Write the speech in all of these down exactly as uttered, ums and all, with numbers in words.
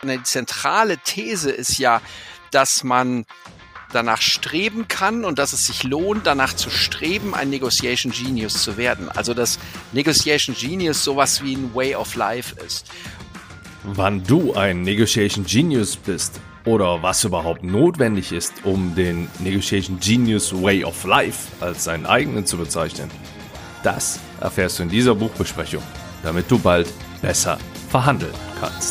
Die zentrale These ist ja, dass man danach streben kann und dass es sich lohnt, danach zu streben, ein Negotiation Genius zu werden. Also dass Negotiation Genius sowas wie ein Way of Life ist. Wann du ein Negotiation Genius bist oder was überhaupt notwendig ist, um den Negotiation Genius Way of Life als seinen eigenen zu bezeichnen, das erfährst du in dieser Buchbesprechung, damit du bald besser verhandeln kannst.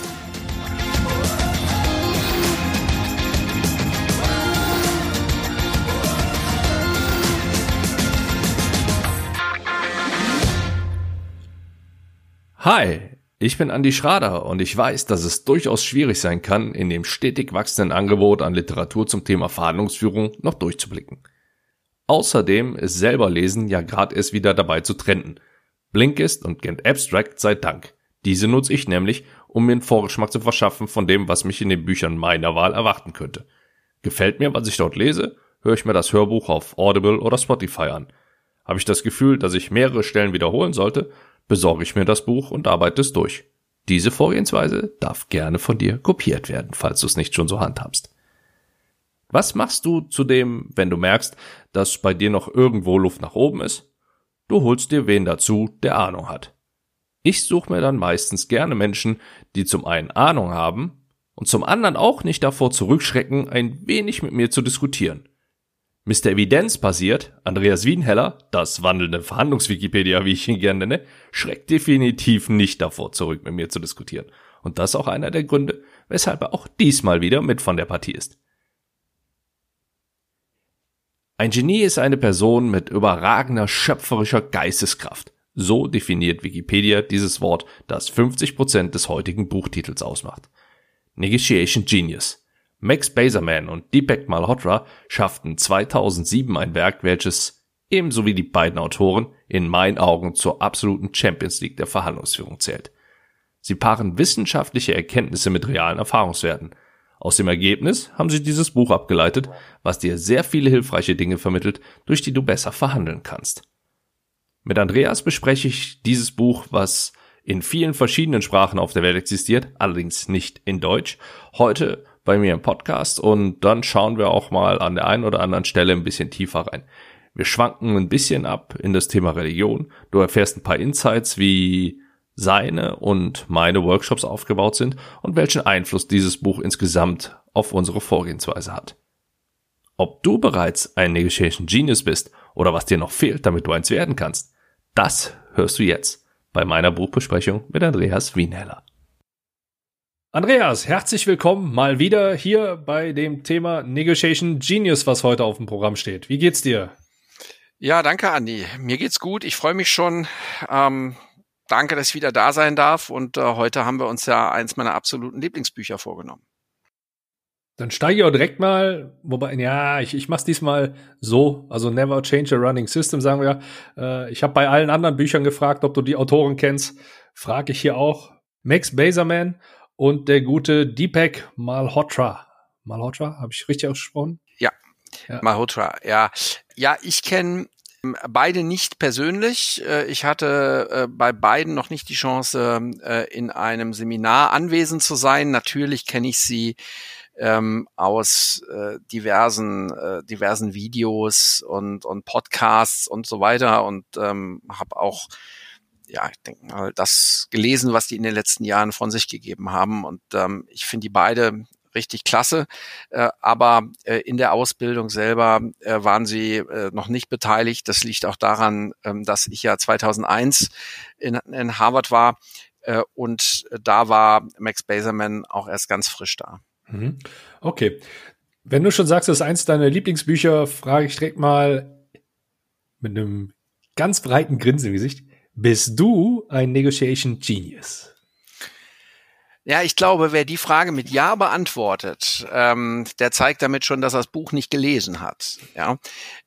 Hi, ich bin Andi Schrader und ich weiß, dass es durchaus schwierig sein kann, in dem stetig wachsenden Angebot an Literatur zum Thema Verhandlungsführung noch durchzublicken. Außerdem ist selber Lesen ja gerade erst wieder dabei zu trenden. Blinkist und Gent Abstract sei Dank. Diese nutze ich nämlich, um mir einen Vorgeschmack zu verschaffen von dem, was mich in den Büchern meiner Wahl erwarten könnte. Gefällt mir, was ich dort lese, höre ich mir das Hörbuch auf Audible oder Spotify an. Habe ich das Gefühl, dass ich mehrere Stellen wiederholen sollte, besorge ich mir das Buch und arbeite es durch. Diese Vorgehensweise darf gerne von dir kopiert werden, falls du es nicht schon so handhabst. Was machst du zudem, wenn du merkst, dass bei dir noch irgendwo Luft nach oben ist? Du holst dir wen dazu, der Ahnung hat. Ich suche mir dann meistens gerne Menschen, die zum einen Ahnung haben und zum anderen auch nicht davor zurückschrecken, ein wenig mit mir zu diskutieren. Mister Evidenzbasiert, Andreas Wienheller, das wandelnde Verhandlungswikipedia, wie ich ihn gerne nenne, schreckt definitiv nicht davor zurück, mit mir zu diskutieren. Und das ist auch einer der Gründe, weshalb er auch diesmal wieder mit von der Partie ist. Ein Genie ist eine Person mit überragender schöpferischer Geisteskraft. So definiert Wikipedia dieses Wort, das fünfzig Prozent des heutigen Buchtitels ausmacht. Negotiation Genius. Max Bazerman und Deepak Malhotra schafften zweitausendsieben ein Werk, welches, ebenso wie die beiden Autoren, in meinen Augen zur absoluten Champions League der Verhandlungsführung zählt. Sie paaren wissenschaftliche Erkenntnisse mit realen Erfahrungswerten. Aus dem Ergebnis haben sie dieses Buch abgeleitet, was dir sehr viele hilfreiche Dinge vermittelt, durch die du besser verhandeln kannst. Mit Andreas bespreche ich dieses Buch, was in vielen verschiedenen Sprachen auf der Welt existiert, allerdings nicht in Deutsch, heute bei mir im Podcast, und dann schauen wir auch mal an der einen oder anderen Stelle ein bisschen tiefer rein. Wir schwanken ein bisschen ab in das Thema Religion. Du erfährst ein paar Insights, wie seine und meine Workshops aufgebaut sind und welchen Einfluss dieses Buch insgesamt auf unsere Vorgehensweise hat. Ob du bereits ein Negotiation Genius bist oder was dir noch fehlt, damit du eins werden kannst, das hörst du jetzt bei meiner Buchbesprechung mit Andreas Wienheller. Andreas, herzlich willkommen mal wieder hier bei dem Thema Negotiation Genius, was heute auf dem Programm steht. Wie geht's dir? Ja, danke, Andi. Mir geht's gut. Ich freue mich schon. Ähm, danke, dass ich wieder da sein darf. Und äh, heute haben wir uns ja eins meiner absoluten Lieblingsbücher vorgenommen. Dann steige ich auch direkt mal, wobei, ja, ich, ich mach's diesmal so, also never change a running system, sagen wir. Äh, ich habe bei allen anderen Büchern gefragt, ob du die Autoren kennst. Frage ich hier auch. Max Bazerman und der gute Deepak Malhotra. Malhotra, habe ich richtig ausgesprochen? Ja, ja. Malhotra, ja. Ja, ich kenne beide nicht persönlich. Ich hatte bei beiden noch nicht die Chance, in einem Seminar anwesend zu sein. Natürlich kenne ich sie ähm, aus äh, diversen äh, diversen Videos und und Podcasts und so weiter und ähm, habe auch ja, ich denke mal, das gelesen, was die in den letzten Jahren von sich gegeben haben. Und ähm, ich finde die beide richtig klasse. Äh, aber äh, in der Ausbildung selber äh, waren sie äh, noch nicht beteiligt. Das liegt auch daran, ähm, dass ich ja zweitausendeins in, in Harvard war. Äh, und da war Max Bazerman auch erst ganz frisch da. Okay. Wenn du schon sagst, das ist eins deiner Lieblingsbücher, frage ich direkt mal mit einem ganz breiten Grinsen im Gesicht. Bist du ein Negotiation Genius? Ja, ich glaube, wer die Frage mit Ja beantwortet, ähm, der zeigt damit schon, dass er das Buch nicht gelesen hat. Ja.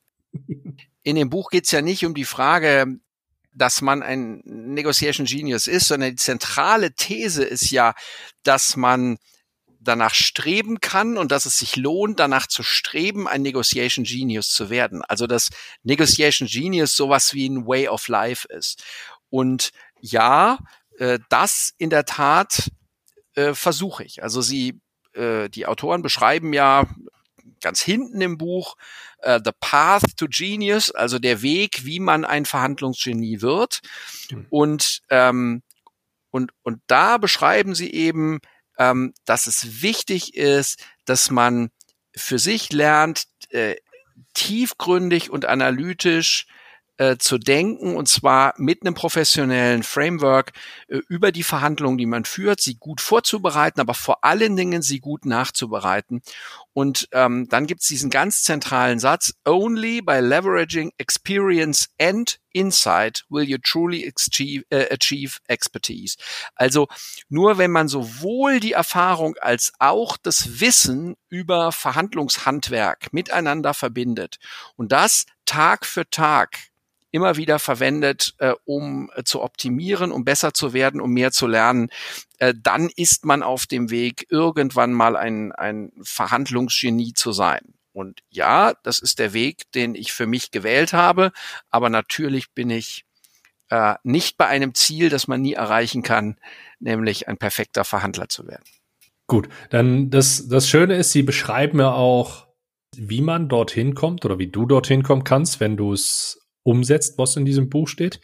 In dem Buch geht's ja nicht um die Frage, dass man ein Negotiation Genius ist, sondern die zentrale These ist ja, dass man danach streben kann und dass es sich lohnt, danach zu streben, ein Negotiation Genius zu werden. Also dass Negotiation Genius sowas wie ein Way of Life ist. Und ja, äh, das in der Tat äh, versuche ich. Also sie, äh, die Autoren beschreiben ja ganz hinten im Buch uh, The Path to Genius, also der Weg, wie man ein Verhandlungsgenie wird. Mhm. Und, ähm, und, und da beschreiben sie eben, ähm, dass es wichtig ist, dass man für sich lernt, äh, tiefgründig und analytisch äh, zu denken, und zwar mit einem professionellen Framework äh, über die Verhandlungen, die man führt, sie gut vorzubereiten, aber vor allen Dingen sie gut nachzubereiten. Und ähm, dann gibt es diesen ganz zentralen Satz: Only by leveraging experience and insight will you truly achieve, äh, achieve expertise. Also nur wenn man sowohl die Erfahrung als auch das Wissen über Verhandlungshandwerk miteinander verbindet und das Tag für Tag immer wieder verwendet, äh, um äh, zu optimieren, um besser zu werden, um mehr zu lernen, äh, dann ist man auf dem Weg, irgendwann mal ein, ein Verhandlungsgenie zu sein. Und ja, das ist der Weg, den ich für mich gewählt habe, aber natürlich bin ich äh, nicht bei einem Ziel, das man nie erreichen kann, nämlich ein perfekter Verhandler zu werden. Gut, dann das, das Schöne ist, Sie beschreiben ja auch, wie man dorthin kommt oder wie du dorthin kommen kannst, wenn du es umsetzt, was in diesem Buch steht.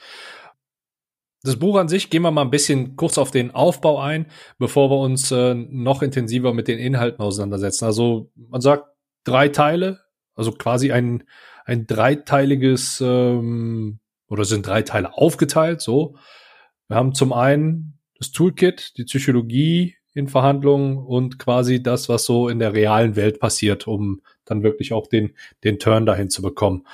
Das Buch an sich, gehen wir mal ein bisschen kurz auf den Aufbau ein, bevor wir uns äh, noch intensiver mit den Inhalten auseinandersetzen. Also man sagt drei Teile, also quasi ein ein dreiteiliges ähm, oder sind drei Teile aufgeteilt. So, wir haben zum einen das Toolkit, die Psychologie in Verhandlungen und quasi das, was so in der realen Welt passiert, um dann wirklich auch den den Turn dahin zu bekommen.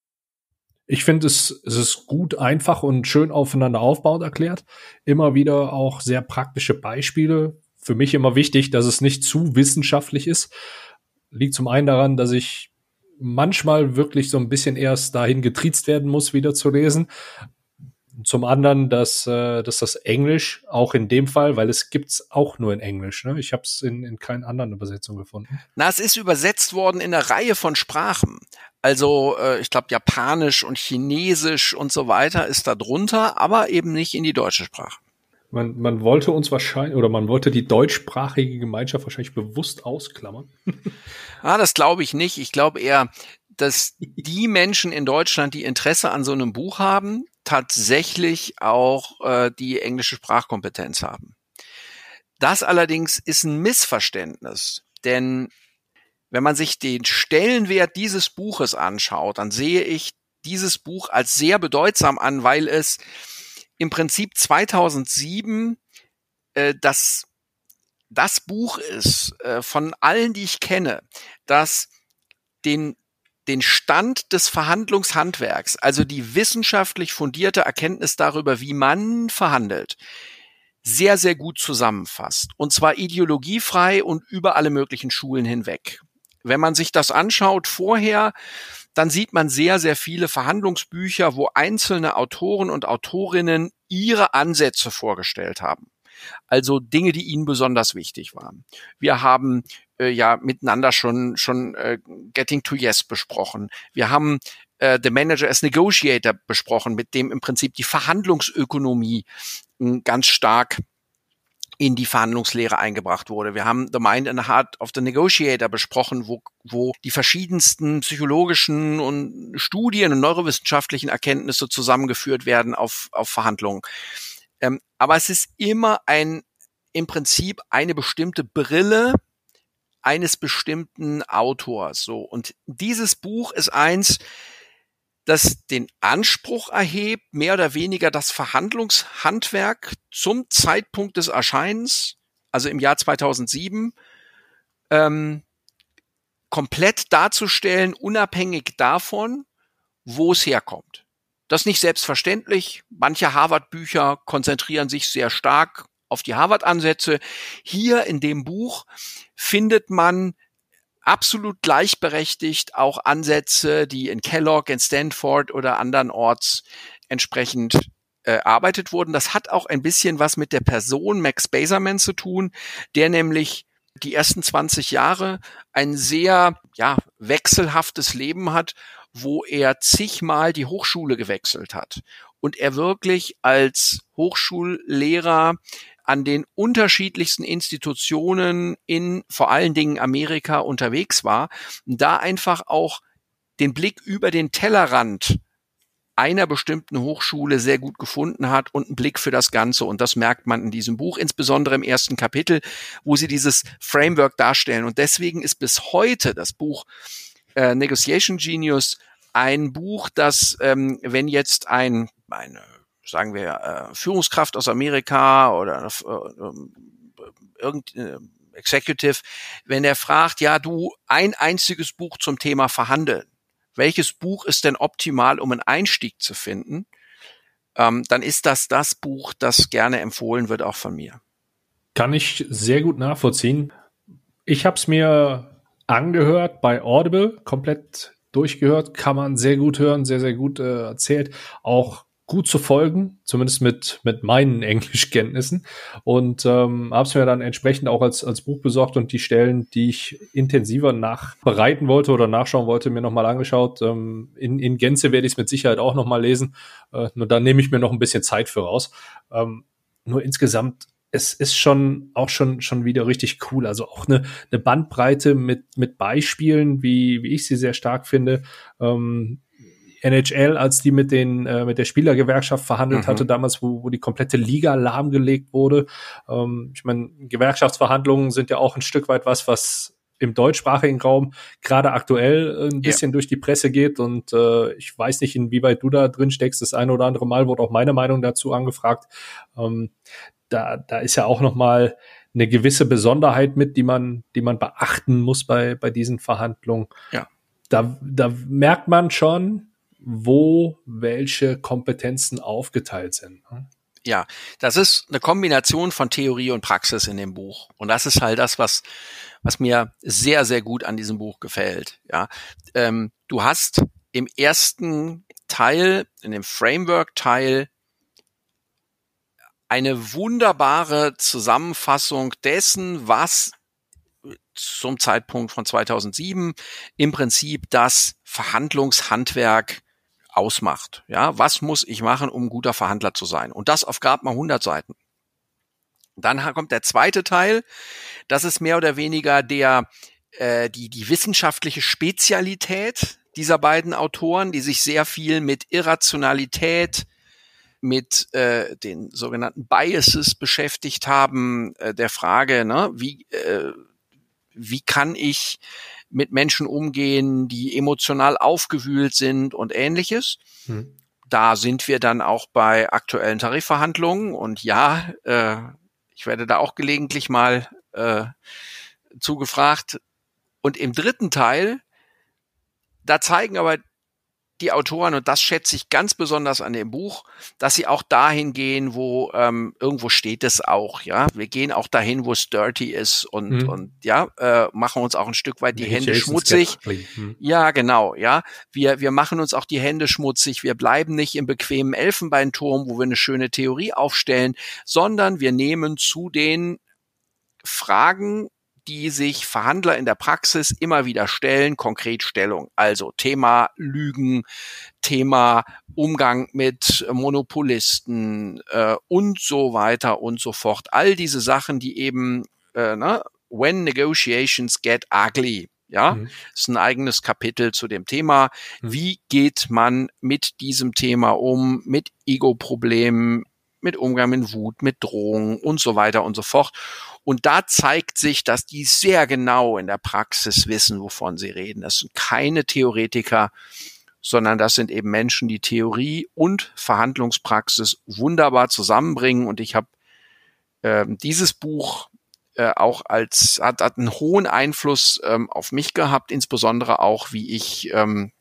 Ich finde, es, es ist gut, einfach und schön aufeinander aufbauend erklärt. Immer wieder auch sehr praktische Beispiele. Für mich immer wichtig, dass es nicht zu wissenschaftlich ist. Liegt zum einen daran, dass ich manchmal wirklich so ein bisschen erst dahin getriezt werden muss, wieder zu lesen. Zum anderen, dass, äh, dass das Englisch auch in dem Fall, weil es gibt's auch nur in Englisch. Ne? Ich habe es in, in keinen anderen Übersetzungen gefunden. Na, es ist übersetzt worden in einer Reihe von Sprachen. Also äh, ich glaube Japanisch und Chinesisch und so weiter ist da drunter, aber eben nicht in die deutsche Sprache. Man, man wollte uns wahrscheinlich, oder man wollte die deutschsprachige Gemeinschaft wahrscheinlich bewusst ausklammern. Ah, das glaube ich nicht. Ich glaube eher, dass die Menschen in Deutschland, die Interesse an so einem Buch haben, tatsächlich auch äh, die englische Sprachkompetenz haben. Das allerdings ist ein Missverständnis, denn wenn man sich den Stellenwert dieses Buches anschaut, dann sehe ich dieses Buch als sehr bedeutsam an, weil es im Prinzip zweitausendsieben äh, das, das Buch ist äh, von allen, die ich kenne, das den den Stand des Verhandlungshandwerks, also die wissenschaftlich fundierte Erkenntnis darüber, wie man verhandelt, sehr, sehr gut zusammenfasst. Und zwar ideologiefrei und über alle möglichen Schulen hinweg. Wenn man sich das anschaut vorher, dann sieht man sehr, sehr viele Verhandlungsbücher, wo einzelne Autoren und Autorinnen ihre Ansätze vorgestellt haben. Also Dinge, die ihnen besonders wichtig waren. Wir haben äh, ja miteinander schon schon äh, Getting to Yes besprochen. Wir haben äh, The Manager as Negotiator besprochen, mit dem im Prinzip die Verhandlungsökonomie äh, ganz stark in die Verhandlungslehre eingebracht wurde. Wir haben The Mind and the Heart of the Negotiator besprochen, wo, wo die verschiedensten psychologischen und Studien und neurowissenschaftlichen Erkenntnisse zusammengeführt werden auf, auf Verhandlungen. Ähm, aber es ist immer ein, im Prinzip eine bestimmte Brille eines bestimmten Autors. So. Und dieses Buch ist eins, das den Anspruch erhebt, mehr oder weniger das Verhandlungshandwerk zum Zeitpunkt des Erscheinens, also im Jahr zweitausendsieben, ähm, komplett darzustellen, unabhängig davon, wo es herkommt. Das ist nicht selbstverständlich. Manche Harvard-Bücher konzentrieren sich sehr stark auf die Harvard-Ansätze. Hier in dem Buch findet man absolut gleichberechtigt auch Ansätze, die in Kellogg, in Stanford oder andernorts entsprechend äh, erarbeitet wurden. Das hat auch ein bisschen was mit der Person Max Bazerman zu tun, der nämlich die ersten zwanzig Jahre ein sehr ja wechselhaftes Leben hat, wo er zigmal die Hochschule gewechselt hat und er wirklich als Hochschullehrer an den unterschiedlichsten Institutionen in vor allen Dingen Amerika unterwegs war, da einfach auch den Blick über den Tellerrand einer bestimmten Hochschule sehr gut gefunden hat und einen Blick für das Ganze. Und das merkt man in diesem Buch, insbesondere im ersten Kapitel, wo sie dieses Framework darstellen. Und deswegen ist bis heute das Buch äh, Negotiation Genius ein Buch, das, ähm, wenn jetzt ein, eine, sagen wir, äh, Führungskraft aus Amerika oder äh, irgendein äh, Executive, wenn er fragt, ja, du, ein einziges Buch zum Thema Verhandeln, welches Buch ist denn optimal, um einen Einstieg zu finden, ähm, dann ist das das Buch, das gerne empfohlen wird, auch von mir. Kann ich sehr gut nachvollziehen. Ich habe es mir angehört bei Audible, komplett durchgehört, kann man sehr gut hören, sehr, sehr gut äh, erzählt, auch gut zu folgen, zumindest mit mit meinen Englischkenntnissen, und ähm, habe es mir dann entsprechend auch als als Buch besorgt und die Stellen, die ich intensiver nachbereiten wollte oder nachschauen wollte, mir nochmal angeschaut. Ähm, in in Gänze werde ich es mit Sicherheit auch nochmal lesen, äh, nur dann nehme ich mir noch ein bisschen Zeit für raus. Ähm, nur insgesamt, es ist schon auch schon schon wieder richtig cool, also auch eine eine Bandbreite mit mit Beispielen, wie wie ich sie sehr stark finde. ähm, N H L, als die mit den äh, mit der Spielergewerkschaft verhandelt mhm. hatte, damals, wo, wo die komplette Liga lahmgelegt wurde. Ähm, ich meine, Gewerkschaftsverhandlungen sind ja auch ein Stück weit was, was im deutschsprachigen Raum gerade aktuell ein bisschen ja. durch die Presse geht, und äh, ich weiß nicht, inwieweit du da drin steckst. Das eine oder andere Mal wurde auch meine Meinung dazu angefragt. Ähm, da da ist ja auch noch mal eine gewisse Besonderheit mit, die man die man beachten muss bei bei diesen Verhandlungen. Ja. Da da merkt man schon, wo welche Kompetenzen aufgeteilt sind. Ja, das ist eine Kombination von Theorie und Praxis in dem Buch. Und das ist halt das, was was mir sehr, sehr gut an diesem Buch gefällt. Ja, ähm, du hast im ersten Teil, in dem Framework-Teil, eine wunderbare Zusammenfassung dessen, was zum Zeitpunkt von zweitausendsieben im Prinzip das Verhandlungshandwerk ausmacht. Ja, was muss ich machen, um ein guter Verhandler zu sein? Und das auf gerade mal hundert Seiten. Dann kommt der zweite Teil. Das ist mehr oder weniger der äh, die die wissenschaftliche Spezialität dieser beiden Autoren, die sich sehr viel mit Irrationalität, mit äh, den sogenannten Biases beschäftigt haben, äh, der Frage, ne, wie äh, wie kann ich mit Menschen umgehen, die emotional aufgewühlt sind und Ähnliches. Hm. Da sind wir dann auch bei aktuellen Tarifverhandlungen, und ja, äh, ich werde da auch gelegentlich mal äh, zugefragt. Und im dritten Teil, da zeigen aber die Autoren, und das schätze ich ganz besonders an dem Buch, dass sie auch dahin gehen, wo ähm, irgendwo steht es auch, ja. Wir gehen auch dahin, wo es dirty ist, und mhm. und ja, äh, machen uns auch ein Stück weit die nee, Hände schmutzig. Mhm. Ja, genau, ja. Wir wir machen uns auch die Hände schmutzig. Wir bleiben nicht im bequemen Elfenbeinturm, wo wir eine schöne Theorie aufstellen, sondern wir nehmen zu den Fragen, die sich Verhandler in der Praxis immer wieder stellen, konkret Stellung. Also Thema Lügen, Thema Umgang mit Monopolisten äh, und so weiter und so fort. All diese Sachen, die eben, äh, ne, when negotiations get ugly, ja, mhm. ist ein eigenes Kapitel zu dem Thema. Mhm. Wie geht man mit diesem Thema um, mit Ego-Problemen, mit Umgang mit Wut, mit Drohungen und so weiter und so fort. Und da zeigt sich, dass die sehr genau in der Praxis wissen, wovon sie reden. Das sind keine Theoretiker, sondern das sind eben Menschen, die Theorie und Verhandlungspraxis wunderbar zusammenbringen. Und ich habe äh, dieses Buch äh, auch als, hat, hat einen hohen Einfluss ähm, auf mich gehabt, insbesondere auch, wie ich ähm,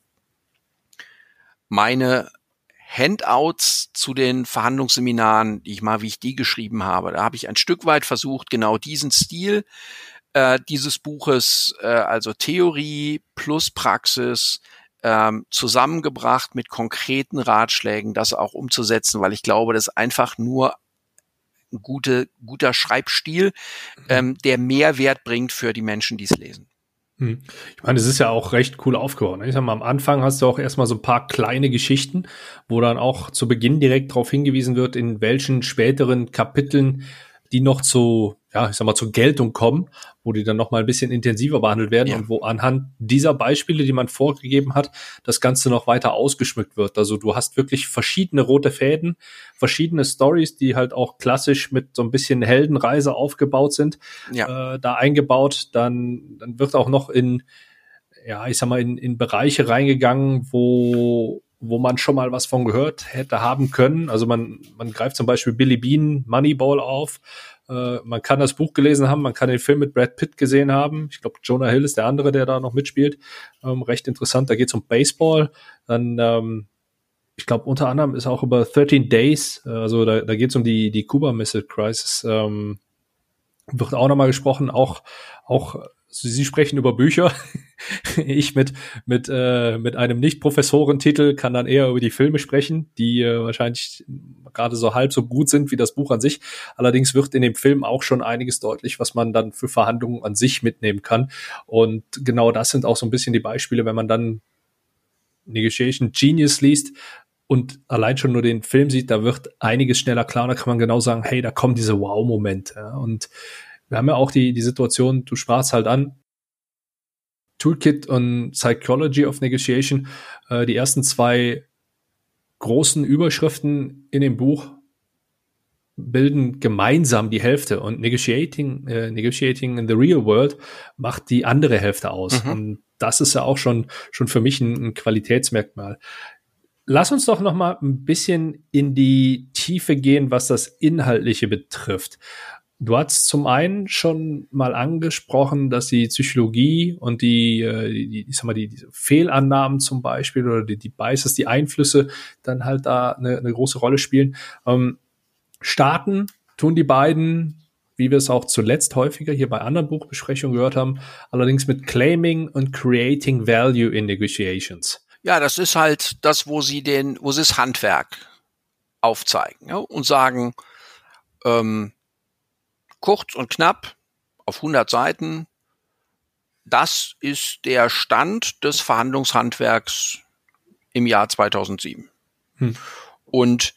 meine Handouts zu den Verhandlungsseminaren, die ich mal, wie ich die geschrieben habe. Da habe ich ein Stück weit versucht, genau diesen Stil äh, dieses Buches, äh, also Theorie plus Praxis, ähm, zusammengebracht mit konkreten Ratschlägen, das auch umzusetzen, weil ich glaube, das ist einfach nur ein gute, guter Schreibstil, ähm, der Mehrwert bringt für die Menschen, die es lesen. Ich meine, es ist ja auch recht cool aufgebaut. Ich sag mal, am Anfang hast du auch erstmal so ein paar kleine Geschichten, wo dann auch zu Beginn direkt darauf hingewiesen wird, in welchen späteren Kapiteln die noch zu, ja, ich sag mal, zur Geltung kommen, wo die dann noch mal ein bisschen intensiver behandelt werden, ja, und wo anhand dieser Beispiele, die man vorgegeben hat, das Ganze noch weiter ausgeschmückt wird. Also du hast wirklich verschiedene rote Fäden, verschiedene Stories, die halt auch klassisch mit so ein bisschen Heldenreise aufgebaut sind, ja, äh, da eingebaut. Dann, dann wird auch noch in, ja, ich sag mal, in, in Bereiche reingegangen, wo wo man schon mal was von gehört hätte haben können. Also man, man greift zum Beispiel Billy Bean, Moneyball auf. Äh, man kann das Buch gelesen haben, man kann den Film mit Brad Pitt gesehen haben. Ich glaube, Jonah Hill ist der andere, der da noch mitspielt. Ähm, recht interessant. Da geht es um Baseball. Dann, ähm, ich glaube, unter anderem ist auch über thirteen Days, äh, also da, da geht es um die, die Cuba Missile Crisis, ähm, wird auch nochmal gesprochen. Auch, auch Sie sprechen über Bücher. Ich mit mit äh, mit einem Nicht-Professorentitel kann dann eher über die Filme sprechen, die äh, wahrscheinlich gerade so halb so gut sind wie das Buch an sich. Allerdings wird in dem Film auch schon einiges deutlich, was man dann für Verhandlungen an sich mitnehmen kann. Und genau das sind auch so ein bisschen die Beispiele, wenn man dann Negotiation Genius liest und allein schon nur den Film sieht, da wird einiges schneller klar. Da kann man genau sagen, hey, da kommen diese Wow-Momente. Ja. Und wir haben ja auch die die Situation, du sprachst halt an, Toolkit und Psychology of Negotiation, äh, die ersten zwei großen Überschriften in dem Buch bilden gemeinsam die Hälfte und Negotiating, äh, Negotiating in the Real World macht die andere Hälfte aus. Mhm. Und das ist ja auch schon schon für mich ein, ein Qualitätsmerkmal. Lass uns doch noch mal ein bisschen in die Tiefe gehen, was das Inhaltliche betrifft. Du hast zum einen schon mal angesprochen, dass die Psychologie und die, die ich sag mal, die, die Fehlannahmen zum Beispiel oder die, die Biases, die Einflüsse dann halt da eine, eine große Rolle spielen. Ähm, Starten tun die beiden, wie wir es auch zuletzt häufiger hier bei anderen Buchbesprechungen gehört haben, allerdings mit Claiming und Creating Value in Negotiations. Ja, das ist halt das, wo sie den, wo sie das Handwerk aufzeigen, ja, und sagen, ähm, kurz und knapp auf hundert Seiten, das ist der Stand des Verhandlungshandwerks im Jahr zweitausendsieben. Hm. Und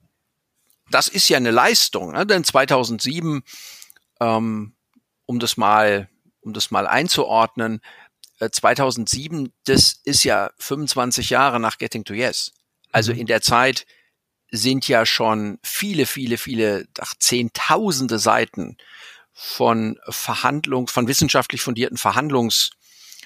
das ist ja eine Leistung, ne? Denn zweitausendsieben, ähm, um das mal, um das mal einzuordnen, äh, zweitausendsieben, das ist ja fünfundzwanzig Jahre nach Getting to Yes. Also in der Zeit sind ja schon viele, viele, viele, ach, zehntausende Seiten von Verhandlung, von wissenschaftlich fundierten Verhandlungstexten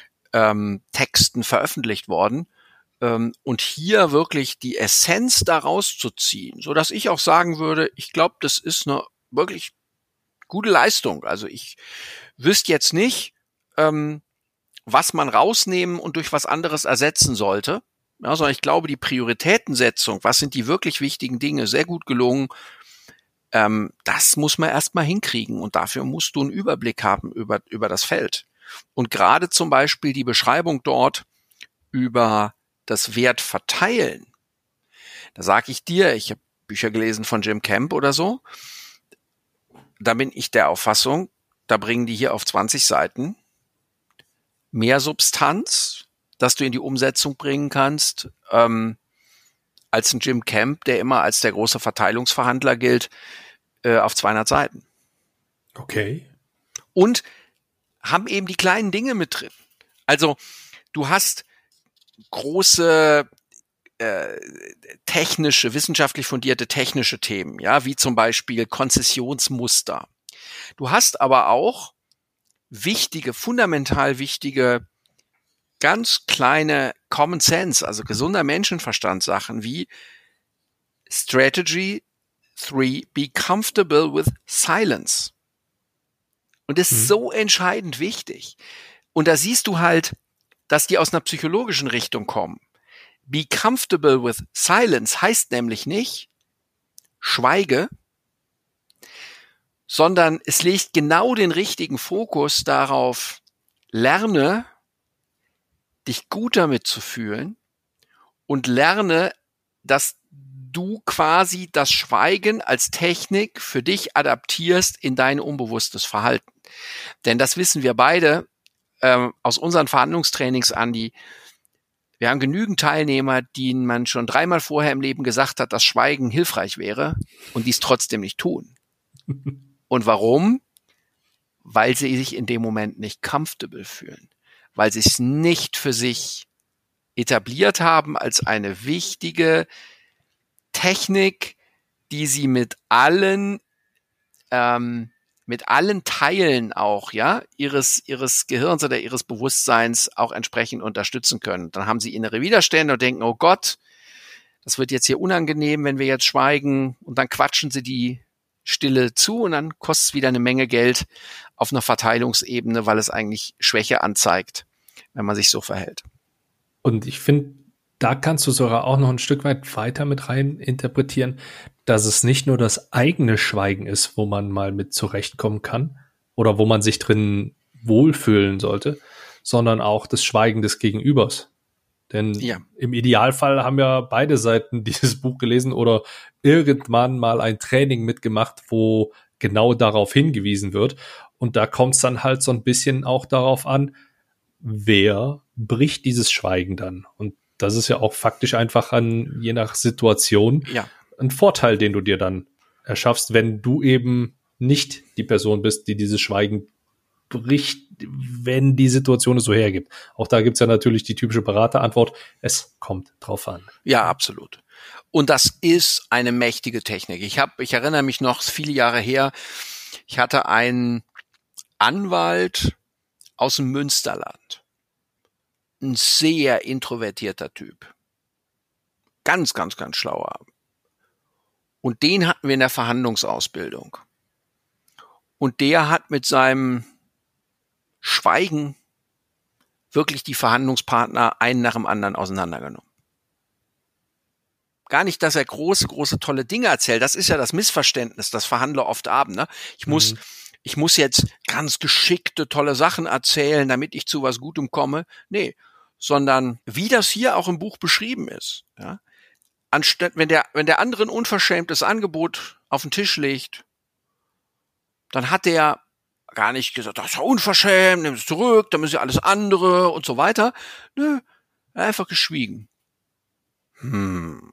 ähm, veröffentlicht worden. Ähm, und hier wirklich die Essenz daraus zu ziehen, so dass ich auch sagen würde, ich glaube, das ist eine wirklich gute Leistung. Also ich wüsste jetzt nicht, ähm, was man rausnehmen und durch was anderes ersetzen sollte. Ja, sondern ich glaube, die Prioritätensetzung, was sind die wirklich wichtigen Dinge, sehr gut gelungen. Ähm, das muss man erstmal hinkriegen und dafür musst du einen Überblick haben über, über das Feld. Und gerade zum Beispiel die Beschreibung dort über das Wertverteilen. Da sage ich dir, ich habe Bücher gelesen von Jim Camp oder so, da bin ich der Auffassung, da bringen die hier auf zwanzig Seiten mehr Substanz, dass du in die Umsetzung bringen kannst, ähm, als ein Jim Camp, der immer als der große Verteilungsverhandler gilt, äh, auf zweihundert Seiten. Okay. Und haben eben die kleinen Dinge mit drin. Also du hast große äh, technische, wissenschaftlich fundierte technische Themen, ja, wie zum Beispiel Konzessionsmuster. Du hast aber auch wichtige, fundamental wichtige ganz kleine Common Sense, also gesunder Menschenverstand Sachen wie Strategy three, be comfortable with silence. Und das ist mhm. so entscheidend wichtig. Und da siehst du halt, dass die aus einer psychologischen Richtung kommen. Be comfortable with silence heißt nämlich nicht, schweige, sondern es legt genau den richtigen Fokus darauf, lerne, dich gut damit zu fühlen und lerne, dass du quasi das Schweigen als Technik für dich adaptierst in dein unbewusstes Verhalten. Denn das wissen wir beide ähm, aus unseren Verhandlungstrainings, Andi. Wir haben genügend Teilnehmer, denen man schon dreimal vorher im Leben gesagt hat, dass Schweigen hilfreich wäre und die es trotzdem nicht tun. Und warum? Weil sie sich in dem Moment nicht comfortable fühlen, weil sie es nicht für sich etabliert haben als eine wichtige Technik, die sie mit allen ähm, mit allen Teilen auch, ja, ihres ihres Gehirns oder ihres Bewusstseins auch entsprechend unterstützen können. Dann haben sie innere Widerstände und denken, oh Gott, das wird jetzt hier unangenehm, wenn wir jetzt schweigen, und dann quatschen sie die Stille zu und dann kostet es wieder eine Menge Geld auf einer Verteilungsebene, weil es eigentlich Schwäche anzeigt, wenn man sich so verhält. Und ich finde, da kannst du sogar auch noch ein Stück weit weiter mit rein interpretieren, dass es nicht nur das eigene Schweigen ist, wo man mal mit zurechtkommen kann oder wo man sich drin wohlfühlen sollte, sondern auch das Schweigen des Gegenübers. Denn ja. Im Idealfall haben ja beide Seiten dieses Buch gelesen oder irgendwann mal ein Training mitgemacht, wo genau darauf hingewiesen wird. Und da kommt es dann halt so ein bisschen auch darauf an, wer bricht dieses Schweigen dann. Und das ist ja auch faktisch einfach an, je nach Situation, ja. ein Vorteil, den du dir dann erschaffst, wenn du eben nicht die Person bist, die dieses Schweigen bricht, wenn die Situation es so hergibt. Auch da gibt's ja natürlich die typische Beraterantwort, es kommt drauf an. Ja, absolut. Und das ist eine mächtige Technik. Ich habe, ich erinnere mich noch, viele Jahre her, ich hatte einen Anwalt aus dem Münsterland. Ein sehr introvertierter Typ. Ganz, ganz, ganz schlauer. Und den hatten wir in der Verhandlungsausbildung. Und der hat mit seinem Schweigen wirklich die Verhandlungspartner einen nach dem anderen auseinandergenommen. Gar nicht, dass er große, große, tolle Dinge erzählt. Das ist ja das Missverständnis, das Verhandler oft haben. Ne? Ich muss, mhm. ich muss jetzt ganz geschickte, tolle Sachen erzählen, damit ich zu was Gutem komme. Nee, sondern wie das hier auch im Buch beschrieben ist. Ja? Anstatt, wenn der, wenn der andere ein unverschämtes Angebot auf den Tisch legt, dann hat der gar nicht gesagt, das ist ja unverschämt, nimm es zurück, dann müssen ja alles andere und so weiter. Nö, einfach geschwiegen. Hm.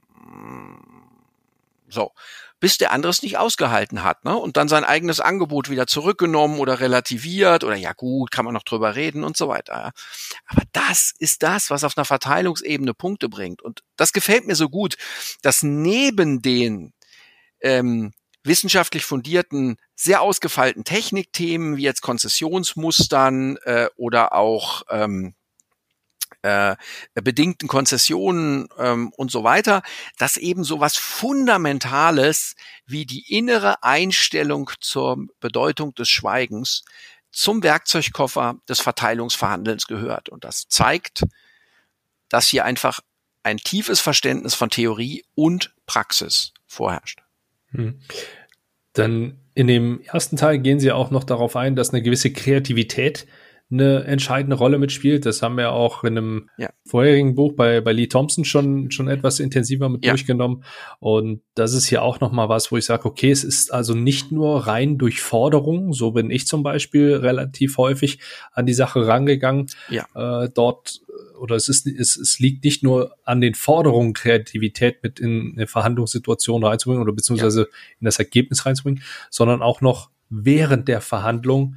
So, bis der andere es nicht ausgehalten hat, ne? Und dann sein eigenes Angebot wieder zurückgenommen oder relativiert oder ja gut, kann man noch drüber reden und so weiter. Ja. Aber das ist das, was auf einer Verteilungsebene Punkte bringt. Und das gefällt mir so gut, dass neben den ähm, wissenschaftlich fundierten, sehr ausgefeilten Technikthemen, wie jetzt Konzessionsmustern äh, oder auch ähm, äh, bedingten Konzessionen ähm, und so weiter, dass eben so was Fundamentales wie die innere Einstellung zur Bedeutung des Schweigens zum Werkzeugkoffer des Verteilungsverhandelns gehört. Und das zeigt, dass hier einfach ein tiefes Verständnis von Theorie und Praxis vorherrscht. Hm. Dann in dem ersten Teil gehen Sie auch noch darauf ein, dass eine gewisse Kreativität eine entscheidende Rolle mitspielt. Das haben wir auch in einem ja. vorherigen Buch bei, bei Lee Thompson schon, schon etwas intensiver mit ja. durchgenommen. Und das ist hier auch nochmal was, wo ich sage, okay, es ist also nicht nur rein durch Forderung. So bin ich zum Beispiel relativ häufig an die Sache rangegangen. Ja. Äh, dort, oder es ist, es, es liegt nicht nur an den Forderungen, Kreativität mit in eine Verhandlungssituation reinzubringen oder beziehungsweise ja. in das Ergebnis reinzubringen, sondern auch noch während der Verhandlung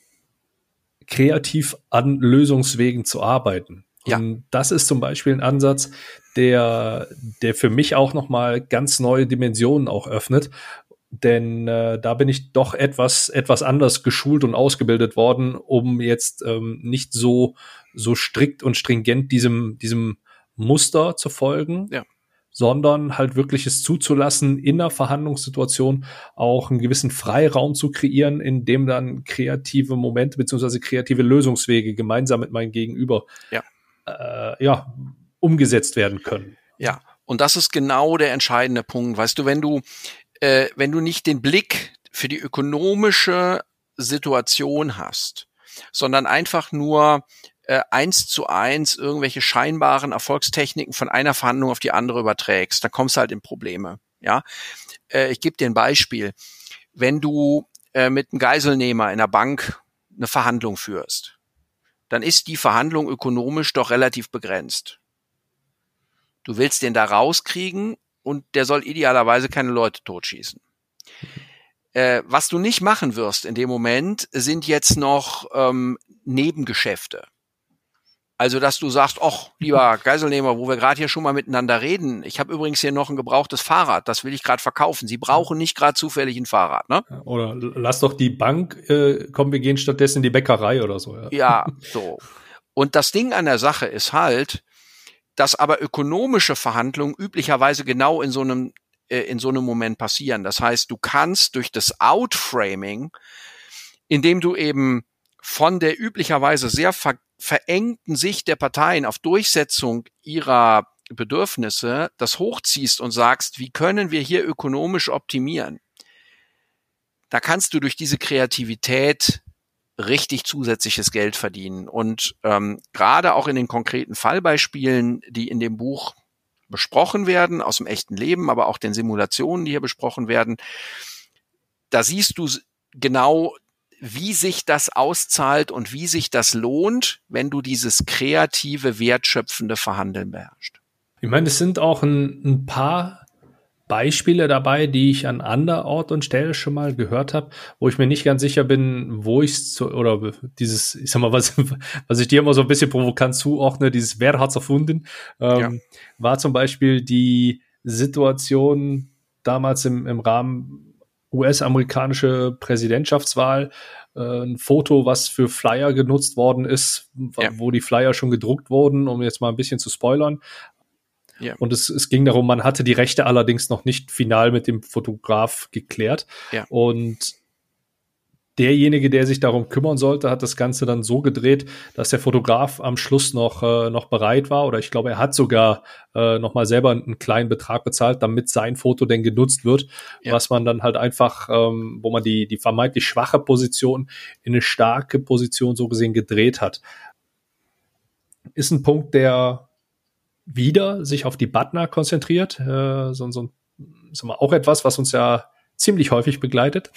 kreativ an Lösungswegen zu arbeiten. Ja. Und das ist zum Beispiel ein Ansatz, der, der für mich auch nochmal ganz neue Dimensionen auch öffnet. Denn äh, da bin ich doch etwas, etwas anders geschult und ausgebildet worden, um jetzt ähm, nicht so, so strikt und stringent diesem, diesem Muster zu folgen. Ja. Sondern halt wirklich es zuzulassen, in der Verhandlungssituation auch einen gewissen Freiraum zu kreieren, in dem dann kreative Momente beziehungsweise kreative Lösungswege gemeinsam mit meinem Gegenüber ja. Äh, ja, umgesetzt werden können. Ja, und das ist genau der entscheidende Punkt. Weißt du, wenn du, äh, wenn du nicht den Blick für die ökonomische Situation hast, sondern einfach nur Äh, eins zu eins irgendwelche scheinbaren Erfolgstechniken von einer Verhandlung auf die andere überträgst, dann kommst du halt in Probleme. Ja, äh, ich gebe dir ein Beispiel. Wenn du äh, mit einem Geiselnehmer in der Bank eine Verhandlung führst, dann ist die Verhandlung ökonomisch doch relativ begrenzt. Du willst den da rauskriegen und der soll idealerweise keine Leute totschießen. Äh, was du nicht machen wirst in dem Moment, sind jetzt noch ähm, Nebengeschäfte. Also, dass du sagst, ach, lieber Geiselnehmer, wo wir gerade hier schon mal miteinander reden, ich habe übrigens hier noch ein gebrauchtes Fahrrad, das will ich gerade verkaufen. Sie brauchen nicht gerade zufällig ein Fahrrad, ne? Oder lass doch die Bank, äh, komm, wir gehen stattdessen in die Bäckerei oder so. Ja, ja, so. Und das Ding an der Sache ist halt, dass aber ökonomische Verhandlungen üblicherweise genau in so einem äh, in so einem Moment passieren. Das heißt, du kannst durch das Outframing, indem du eben von der üblicherweise sehr ver- verengten Sicht der Parteien auf Durchsetzung ihrer Bedürfnisse das hochziehst und sagst, wie können wir hier ökonomisch optimieren? Da kannst du durch diese Kreativität richtig zusätzliches Geld verdienen. Und ähm, gerade auch in den konkreten Fallbeispielen, die in dem Buch besprochen werden, aus dem echten Leben, aber auch den Simulationen, die hier besprochen werden, da siehst du genau, wie sich das auszahlt und wie sich das lohnt, wenn du dieses kreative, wertschöpfende Verhandeln beherrschst. Ich meine, es sind auch ein, ein paar Beispiele dabei, die ich an anderer Ort und Stelle schon mal gehört habe, wo ich mir nicht ganz sicher bin, wo ich es oder dieses, ich sag mal, was, was ich dir immer so ein bisschen provokant zuordne, dieses Wer hat's erfunden, ähm, ja. war zum Beispiel die Situation damals im, im Rahmen U S-amerikanische Präsidentschaftswahl, äh, ein Foto, was für Flyer genutzt worden ist, ja. wo die Flyer schon gedruckt wurden, um jetzt mal ein bisschen zu spoilern. Ja. Und es, es ging darum, man hatte die Rechte allerdings noch nicht final mit dem Fotograf geklärt. Ja. Und derjenige, der sich darum kümmern sollte, hat das Ganze dann so gedreht, dass der Fotograf am Schluss noch äh, noch bereit war, oder ich glaube, er hat sogar äh, noch mal selber einen kleinen Betrag bezahlt, damit sein Foto denn genutzt wird, ja. was man dann halt einfach, ähm, wo man die die vermeintlich schwache Position in eine starke Position so gesehen gedreht hat. Ist ein Punkt, der wieder sich auf die Butner konzentriert, äh, so, so sagen wir, auch etwas, was uns ja ziemlich häufig begleitet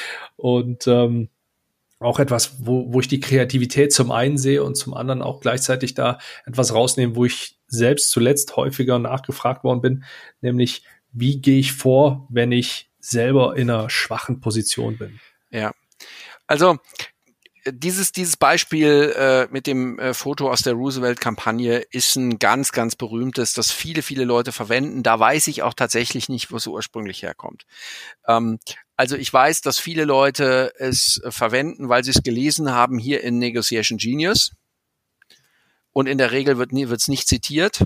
und ähm, auch etwas, wo, wo ich die Kreativität zum einen sehe und zum anderen auch gleichzeitig da etwas rausnehme, wo ich selbst zuletzt häufiger nachgefragt worden bin, nämlich wie gehe ich vor, wenn ich selber in einer schwachen Position bin? Ja, also Dieses, dieses Beispiel äh, mit dem äh, Foto aus der Roosevelt-Kampagne ist ein ganz, ganz berühmtes, das viele, viele Leute verwenden. Da weiß ich auch tatsächlich nicht, wo es ursprünglich herkommt. Ähm, also ich weiß, dass viele Leute es äh, verwenden, weil sie es gelesen haben hier in Negotiation Genius. Und in der Regel wird es nicht zitiert.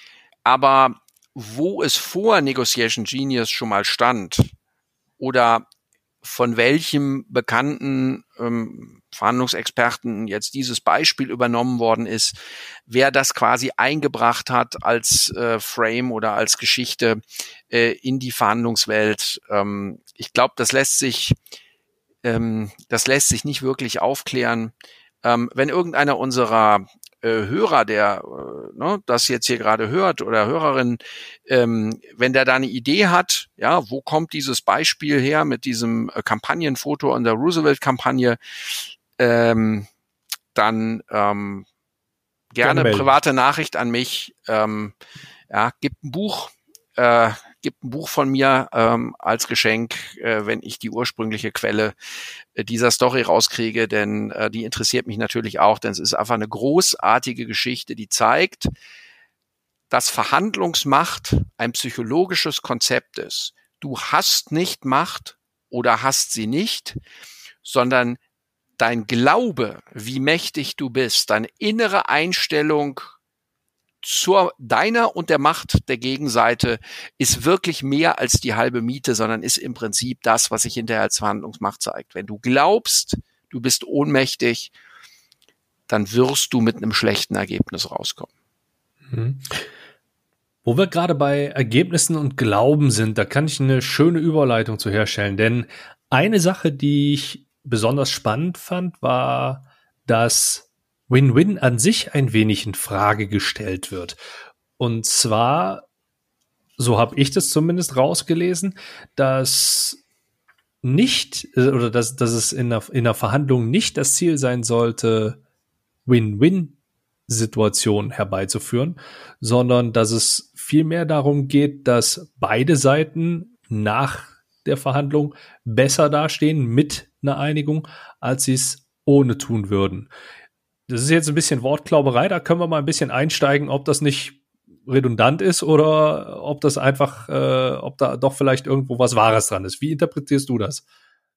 Aber wo es vor Negotiation Genius schon mal stand oder von welchem bekannten ähm, Verhandlungsexperten jetzt dieses Beispiel übernommen worden ist, wer das quasi eingebracht hat als äh, Frame oder als Geschichte äh, in die Verhandlungswelt. Ähm, ich glaube, das lässt sich, ähm, das lässt sich nicht wirklich aufklären. Ähm, wenn irgendeiner unserer äh, Hörer, der äh, ne, das jetzt hier gerade hört oder Hörerin, ähm, wenn der da eine Idee hat, ja, wo kommt dieses Beispiel her mit diesem äh, Kampagnenfoto an der Roosevelt-Kampagne, ähm, dann ähm, gerne, gerne private Nachricht an mich. Ähm, ja, gibt ein Buch, äh, gibt ein Buch von mir ähm, als Geschenk, äh, wenn ich die ursprüngliche Quelle äh, dieser Story rauskriege, denn äh, die interessiert mich natürlich auch, denn es ist einfach eine großartige Geschichte, die zeigt, dass Verhandlungsmacht ein psychologisches Konzept ist. Du hast nicht Macht oder hast sie nicht, sondern dein Glaube, wie mächtig du bist, deine innere Einstellung zur deiner und der Macht der Gegenseite ist wirklich mehr als die halbe Miete, sondern ist im Prinzip das, was sich hinterher als Verhandlungsmacht zeigt. Wenn du glaubst, du bist ohnmächtig, dann wirst du mit einem schlechten Ergebnis rauskommen. Mhm. Wo wir gerade bei Ergebnissen und Glauben sind, da kann ich eine schöne Überleitung zu herstellen, denn eine Sache, die ich besonders spannend fand, war, dass Win-Win an sich ein wenig in Frage gestellt wird. Und zwar, so habe ich das zumindest rausgelesen, dass nicht oder dass, dass es in einer, in einer Verhandlung nicht das Ziel sein sollte, Win-Win-Situationen herbeizuführen, sondern dass es vielmehr darum geht, dass beide Seiten nach der Verhandlung besser dastehen mit einer Einigung, als sie es ohne tun würden. Das ist jetzt ein bisschen Wortklauberei, da können wir mal ein bisschen einsteigen, ob das nicht redundant ist oder ob das einfach, äh, ob da doch vielleicht irgendwo was Wahres dran ist. Wie interpretierst du das?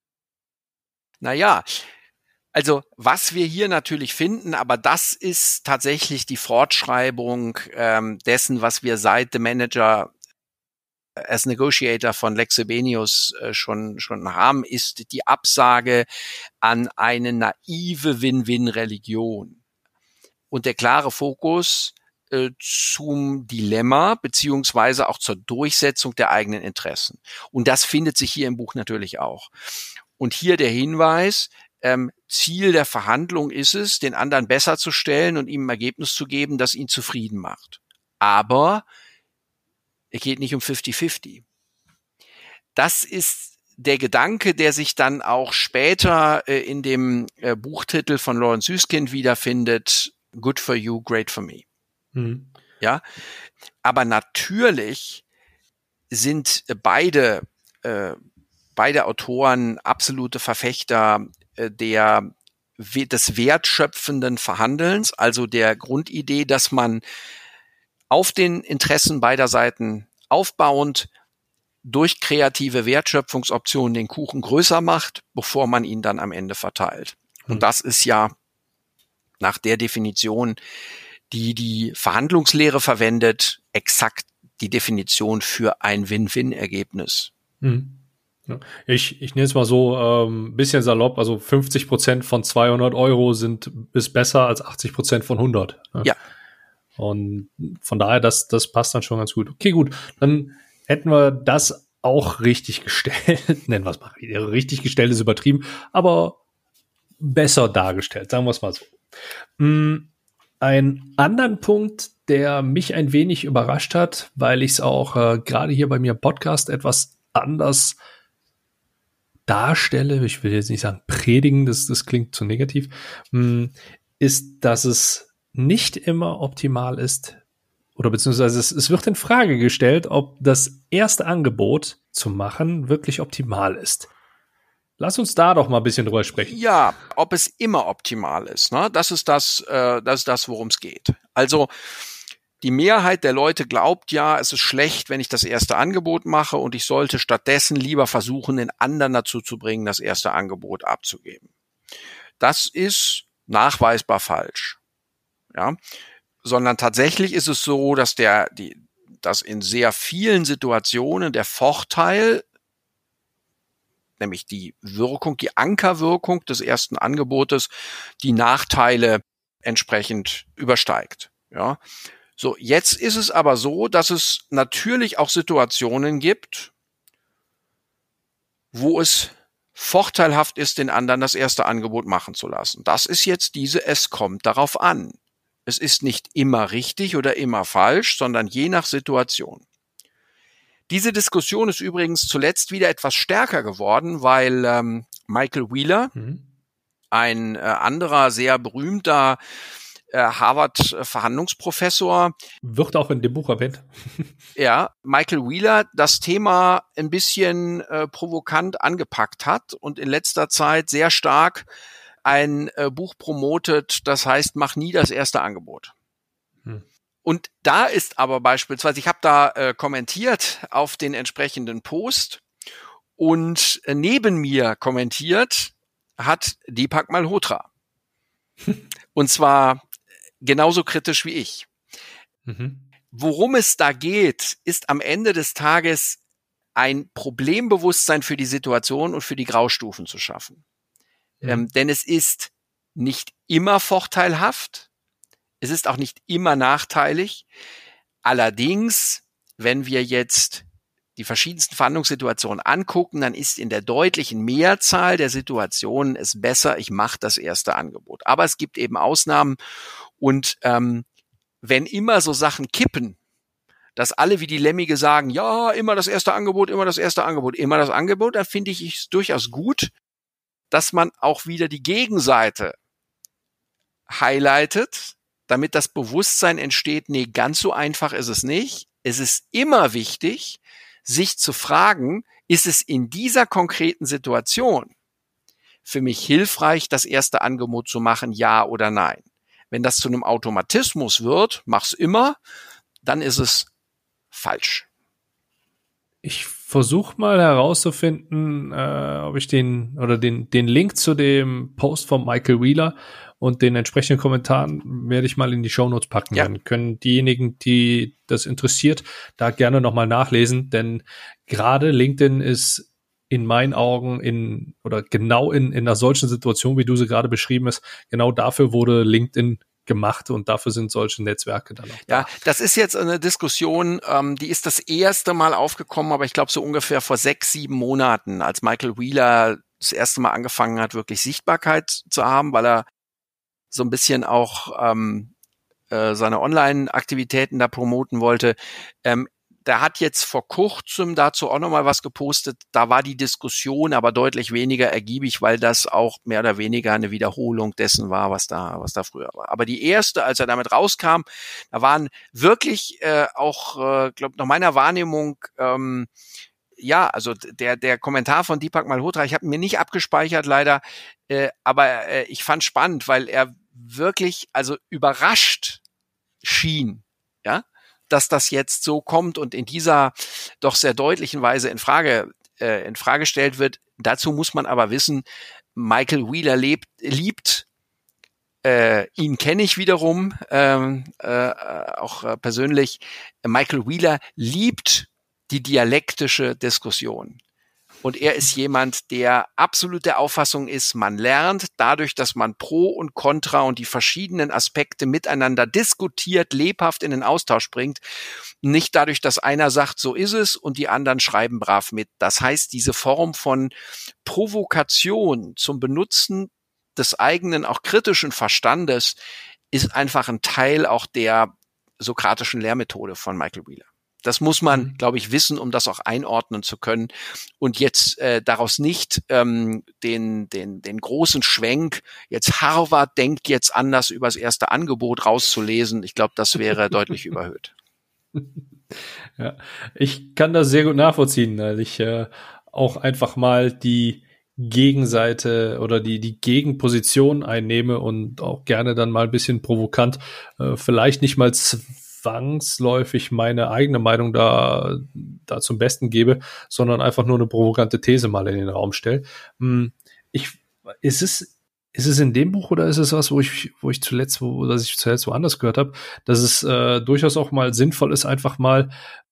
Naja, also was wir hier natürlich finden, aber das ist tatsächlich die Fortschreibung ähm, dessen, was wir seit The Manager as Negotiator von Lex Sebenius äh, schon schon haben, ist die Absage an eine naive Win-Win-Religion und der klare Fokus äh, zum Dilemma beziehungsweise auch zur Durchsetzung der eigenen Interessen. Und das findet sich hier im Buch natürlich auch. Und hier der Hinweis, ähm, Ziel der Verhandlung ist es, den anderen besser zu stellen und ihm ein Ergebnis zu geben, das ihn zufrieden macht. Aber es geht nicht um fifty fifty. Das ist der Gedanke, der sich dann auch später äh, in dem äh, Buchtitel von Lawrence Süskind wiederfindet, Good for you, great for me. Mhm. Ja, aber natürlich sind beide äh, beide Autoren absolute Verfechter äh, der des wertschöpfenden Verhandelns, also der Grundidee, dass man auf den Interessen beider Seiten aufbauend durch kreative Wertschöpfungsoptionen den Kuchen größer macht, bevor man ihn dann am Ende verteilt. Mhm. Und das ist ja nach der Definition, die die Verhandlungslehre verwendet, exakt die Definition für ein Win-Win-Ergebnis. Mhm. Ja. Ich, ich nenne es mal so ein ähm, bisschen salopp, also fünfzig Prozent von zweihundert Euro sind ist besser als achtzig Prozent von hundert. Ne? Ja. Und von daher, das, das passt dann schon ganz gut. Okay, gut, dann hätten wir das auch richtig gestellt. Nennen wir es mal. Richtig gestellt ist übertrieben, aber besser dargestellt, sagen wir es mal so. Ein anderen Punkt, der mich ein wenig überrascht hat, weil ich es auch äh, gerade hier bei mir im Podcast etwas anders darstelle, ich will jetzt nicht sagen predigen, das, das klingt zu negativ, ist, dass es nicht immer optimal ist, oder beziehungsweise es, es wird in Frage gestellt, ob das erste Angebot zu machen wirklich optimal ist. Lass uns da doch mal ein bisschen drüber sprechen. Ja, ob es immer optimal ist, ne? Das ist das, äh, das ist das, worum es geht. Also die Mehrheit der Leute glaubt ja, es ist schlecht, wenn ich das erste Angebot mache und ich sollte stattdessen lieber versuchen, den anderen dazu zu bringen, das erste Angebot abzugeben. Das ist nachweisbar falsch. Ja, sondern tatsächlich ist es so, dass der, die, dass in sehr vielen Situationen der Vorteil, nämlich die Wirkung, die Ankerwirkung des ersten Angebotes, die Nachteile entsprechend übersteigt. Ja. So, jetzt ist es aber so, dass es natürlich auch Situationen gibt, wo es vorteilhaft ist, den anderen das erste Angebot machen zu lassen. Das ist jetzt diese, es kommt darauf an. Es ist nicht immer richtig oder immer falsch, sondern je nach Situation. Diese Diskussion ist übrigens zuletzt wieder etwas stärker geworden, weil ähm, Michael Wheeler, mhm. ein äh, anderer sehr berühmter Harvard-Verhandlungsprofessor. Wird auch in dem Buch erwähnt. Ja, Michael Wheeler das Thema ein bisschen äh, provokant angepackt hat und in letzter Zeit sehr stark ein äh, Buch promotet, das heißt, mach nie das erste Angebot. Hm. Und da ist aber beispielsweise, ich habe da äh, kommentiert auf den entsprechenden Post und äh, neben mir kommentiert hat Deepak Malhotra. Und zwar genauso kritisch wie ich. Mhm. Worum es da geht, ist am Ende des Tages ein Problembewusstsein für die Situation und für die Graustufen zu schaffen. Mhm. Ähm, denn es ist nicht immer vorteilhaft, es ist auch nicht immer nachteilig. Allerdings, wenn wir jetzt die verschiedensten Verhandlungssituationen angucken, dann ist in der deutlichen Mehrzahl der Situationen es besser, ich mache das erste Angebot. Aber es gibt eben Ausnahmen und ähm, wenn immer so Sachen kippen, dass alle wie die Lemmige sagen, ja, immer das erste Angebot, immer das erste Angebot, immer das Angebot, dann finde ich es durchaus gut, dass man auch wieder die Gegenseite highlightet, damit das Bewusstsein entsteht, nee, ganz so einfach ist es nicht. Es ist immer wichtig, sich zu fragen, ist es in dieser konkreten Situation für mich hilfreich, das erste Angebot zu machen, ja oder nein. Wenn das zu einem Automatismus wird, mach's immer, dann ist es falsch. Ich versuche mal herauszufinden, äh, ob ich den oder den den Link zu dem Post von Michael Wheeler und den entsprechenden Kommentaren werde ich mal in die Shownotes packen. Ja. Dann können diejenigen, die das interessiert, da gerne nochmal nachlesen, denn gerade LinkedIn ist in meinen Augen in oder genau in in einer solchen Situation, wie du sie gerade beschrieben hast, genau dafür wurde LinkedIn gemacht und dafür sind solche Netzwerke dann auch da. Ja, das ist jetzt eine Diskussion, ähm, die ist das erste Mal aufgekommen, aber ich glaube so ungefähr vor sechs, sieben Monaten, als Michael Wheeler das erste Mal angefangen hat, wirklich Sichtbarkeit zu haben, weil er so ein bisschen auch ähm, äh, seine Online-Aktivitäten da promoten wollte. Ähm, der hat jetzt vor kurzem dazu auch nochmal was gepostet. Da war die Diskussion aber deutlich weniger ergiebig, weil das auch mehr oder weniger eine Wiederholung dessen war, was da, was da früher war. Aber die erste, als er damit rauskam, da waren wirklich äh, auch, äh, glaube nach meiner Wahrnehmung, ähm, ja, also der der Kommentar von Deepak Malhotra, ich habe ihn mir nicht abgespeichert leider, äh, aber äh, ich fand spannend, weil er wirklich also überrascht schien, ja, dass das jetzt so kommt und in dieser doch sehr deutlichen Weise in Frage äh, in Frage gestellt wird. Dazu muss man aber wissen, Michael Wheeler lebt, liebt, äh, ihn kenne ich wiederum ähm, äh, auch äh, persönlich. Michael Wheeler liebt die dialektische Diskussion. Und er ist jemand, der absolut der Auffassung ist, man lernt dadurch, dass man Pro und Contra und die verschiedenen Aspekte miteinander diskutiert, lebhaft in den Austausch bringt. Nicht dadurch, dass einer sagt, so ist es und die anderen schreiben brav mit. Das heißt, diese Form von Provokation zum Benutzen des eigenen, auch kritischen Verstandes ist einfach ein Teil auch der sokratischen Lehrmethode von Michael Wheeler. Das muss man, glaube ich, wissen, um das auch einordnen zu können und jetzt äh, daraus nicht ähm, den den den großen Schwenk, jetzt Harvard denkt jetzt anders über das erste Angebot rauszulesen. Ich glaube, das wäre deutlich überhöht. Ja, ich kann das sehr gut nachvollziehen, weil ich äh, auch einfach mal die Gegenseite oder die die Gegenposition einnehme und auch gerne dann mal ein bisschen provokant, äh, vielleicht nicht mal zwangsläufig meine eigene Meinung da, da zum Besten gebe, sondern einfach nur eine provokante These mal in den Raum stelle. Ich, ist es, ist es in dem Buch oder ist es was, wo ich, wo ich zuletzt, wo, dass ich zuletzt woanders gehört habe, dass es äh, durchaus auch mal sinnvoll ist, einfach mal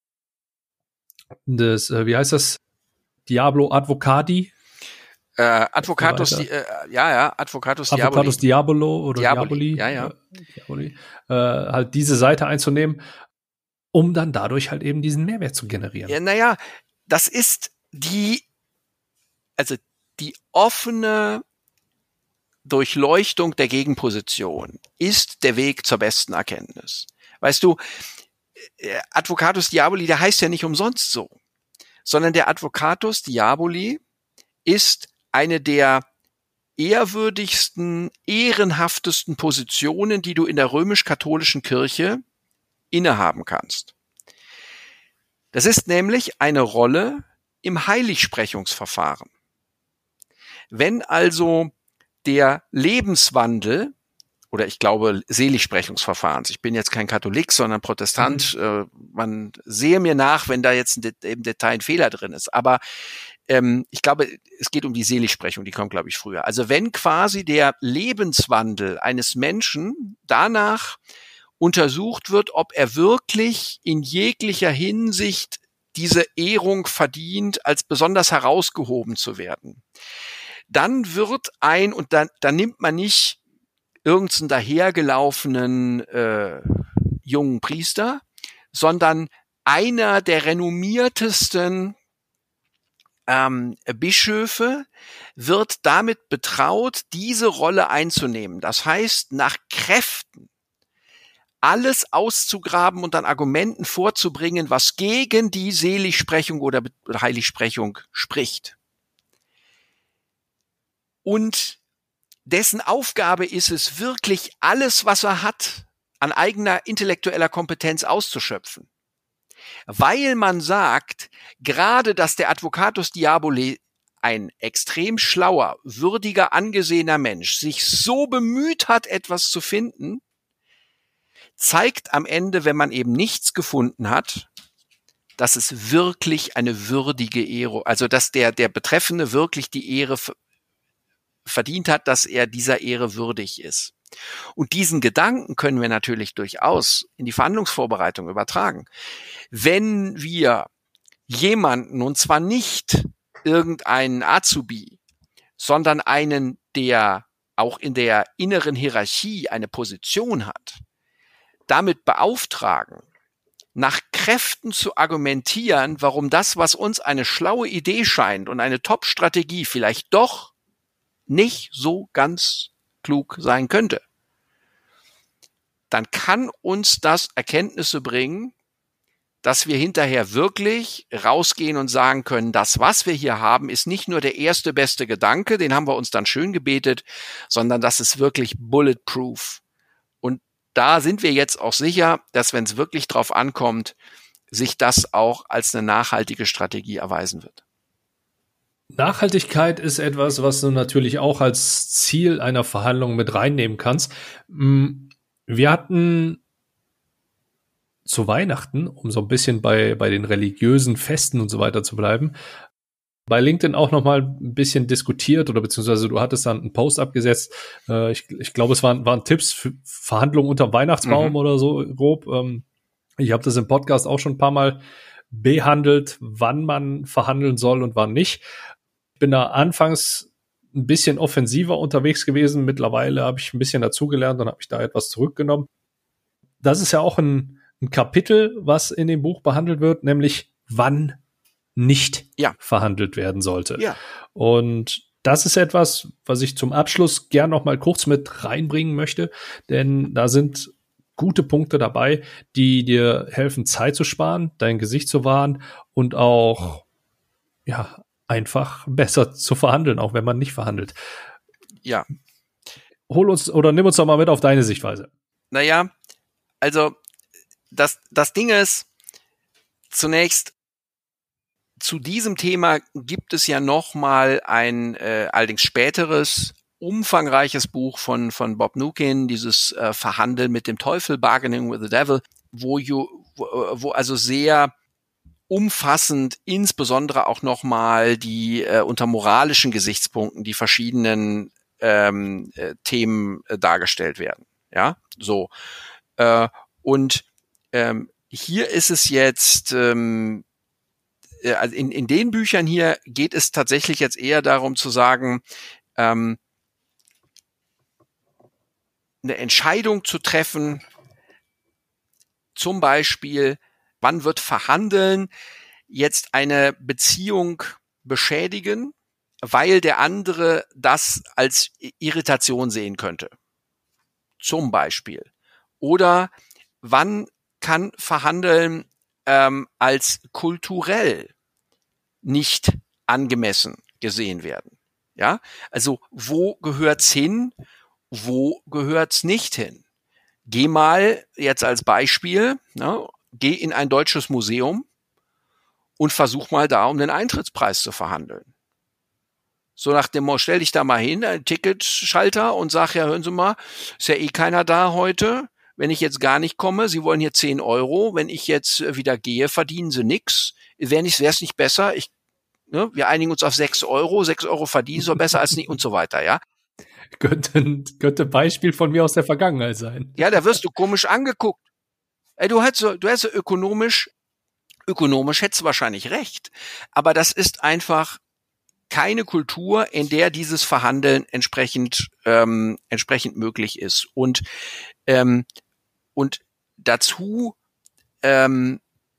das, äh, wie heißt das? Diablo Advocati? Äh, Advocatus, so di- äh, ja, ja, Advocatus Advocatus Diaboli. Diabolo oder Diaboli, Diaboli, ja, ja. Äh, Diaboli, äh, halt diese Seite einzunehmen, um dann dadurch halt eben diesen Mehrwert zu generieren. Ja, naja, das ist die, also die offene Durchleuchtung der Gegenposition ist der Weg zur besten Erkenntnis. Weißt du, Advocatus Diaboli, der heißt ja nicht umsonst so, sondern der Advocatus Diaboli ist eine der ehrwürdigsten, ehrenhaftesten Positionen, die du in der römisch-katholischen Kirche innehaben kannst. Das ist nämlich eine Rolle im Heiligsprechungsverfahren. Wenn also der Lebenswandel oder ich glaube Seligsprechungsverfahrens, ich bin jetzt kein Katholik, sondern Protestant, mhm. äh, man sehe mir nach, wenn da jetzt ein, im Detail ein Fehler drin ist, aber ähm, ich glaube, es geht um die Seligsprechung, die kommt, glaube ich, früher. Also wenn quasi der Lebenswandel eines Menschen danach untersucht wird, ob er wirklich in jeglicher Hinsicht diese Ehrung verdient, als besonders herausgehoben zu werden, dann wird ein, und dann, dann nimmt man nicht irgendeinen dahergelaufenen äh, jungen Priester, sondern einer der renommiertesten ähm, Bischöfe wird damit betraut, diese Rolle einzunehmen. Das heißt, nach Kräften alles auszugraben und an Argumenten vorzubringen, was gegen die Seligsprechung oder Heiligsprechung spricht. Und dessen Aufgabe ist es, wirklich alles, was er hat, an eigener intellektueller Kompetenz auszuschöpfen. weil man sagt, gerade dass der Advocatus Diaboli, ein extrem schlauer, würdiger, angesehener Mensch, sich so bemüht hat, etwas zu finden, zeigt am Ende, wenn man eben nichts gefunden hat, dass es wirklich eine würdige Ehre, also dass der, der Betreffende wirklich die Ehre verdient hat, dass er dieser Ehre würdig ist. Und diesen Gedanken können wir natürlich durchaus in die Verhandlungsvorbereitung übertragen. Wenn wir jemanden, und zwar nicht irgendeinen Azubi, sondern einen, der auch in der inneren Hierarchie eine Position hat, damit beauftragen, nach Kräften zu argumentieren, warum das, was uns eine schlaue Idee scheint und eine Top-Strategie vielleicht doch nicht so ganz klug sein könnte, dann kann uns das Erkenntnisse bringen, dass wir hinterher wirklich rausgehen und sagen können, das, was wir hier haben, ist nicht nur der erste beste Gedanke, den haben wir uns dann schön gebetet, sondern das ist wirklich bulletproof. Und da sind wir jetzt auch sicher, dass, wenn es wirklich drauf ankommt, sich das auch als eine nachhaltige Strategie erweisen wird. Nachhaltigkeit ist etwas, was du natürlich auch als Ziel einer Verhandlung mit reinnehmen kannst. Wir hatten zu Weihnachten, um so ein bisschen bei, bei den religiösen Festen und so weiter zu bleiben, bei LinkedIn auch nochmal ein bisschen diskutiert oder beziehungsweise du hattest dann einen Post abgesetzt. Äh, ich, ich glaube, es waren, waren Tipps für Verhandlungen unter Weihnachtsbaum mhm. oder so grob. Ähm, ich habe das im Podcast auch schon ein paar Mal behandelt, wann man verhandeln soll und wann nicht. Ich bin da anfangs ein bisschen offensiver unterwegs gewesen. Mittlerweile habe ich ein bisschen dazugelernt und habe ich da etwas zurückgenommen. Das ist ja auch ein, ein Kapitel, was in dem Buch behandelt wird, nämlich wann nicht ja. verhandelt werden sollte. Ja. Und das ist etwas, was ich zum Abschluss gern noch mal kurz mit reinbringen möchte, denn da sind gute Punkte dabei, die dir helfen, Zeit zu sparen, dein Gesicht zu wahren und auch ja einfach besser zu verhandeln, auch wenn man nicht verhandelt. Ja. Hol uns oder nimm uns doch mal mit auf deine Sichtweise. Naja, also das, das Ding ist, zunächst zu diesem Thema gibt es ja noch mal ein äh, allerdings späteres, umfangreiches Buch von von Bob Nukin, dieses äh, Verhandeln mit dem Teufel, Bargaining with the Devil, wo, you, wo, wo also sehr umfassend insbesondere auch noch mal die äh, unter moralischen Gesichtspunkten die verschiedenen ähm, äh, Themen äh, dargestellt werden. Ja, so. Äh, und ähm, hier ist es jetzt ähm, Also in, in den Büchern hier geht es tatsächlich jetzt eher darum zu sagen, ähm, eine Entscheidung zu treffen, zum Beispiel, wann wird Verhandeln jetzt eine Beziehung beschädigen, weil der andere das als Irritation sehen könnte. Zum Beispiel. Oder wann kann Verhandeln ähm, als kulturell nicht angemessen gesehen werden. Ja, also wo gehört's hin, wo gehört's nicht hin? Geh mal jetzt als Beispiel, ne, geh in ein deutsches Museum und versuch mal da um den Eintrittspreis zu verhandeln. So nach dem Motto, stell dich da mal hin, ein Ticketschalter und sag, ja, hören Sie mal, ist ja eh keiner da heute. Wenn ich jetzt gar nicht komme, Sie wollen hier zehn Euro, wenn ich jetzt wieder gehe, verdienen Sie nix. Wäre nicht, wäre es nicht besser? Ich, ne, wir einigen uns auf sechs Euro, sechs Euro verdienen soll besser als nicht und so weiter, ja. Könnte, könnte ein Beispiel von mir aus der Vergangenheit sein. Ja, da wirst du komisch angeguckt. Ey, du hättest, du hättest ökonomisch, ökonomisch hättest du wahrscheinlich recht. Aber das ist einfach keine Kultur, in der dieses Verhandeln entsprechend, ähm, entsprechend möglich ist. Und, ähm, und dazu, ähm,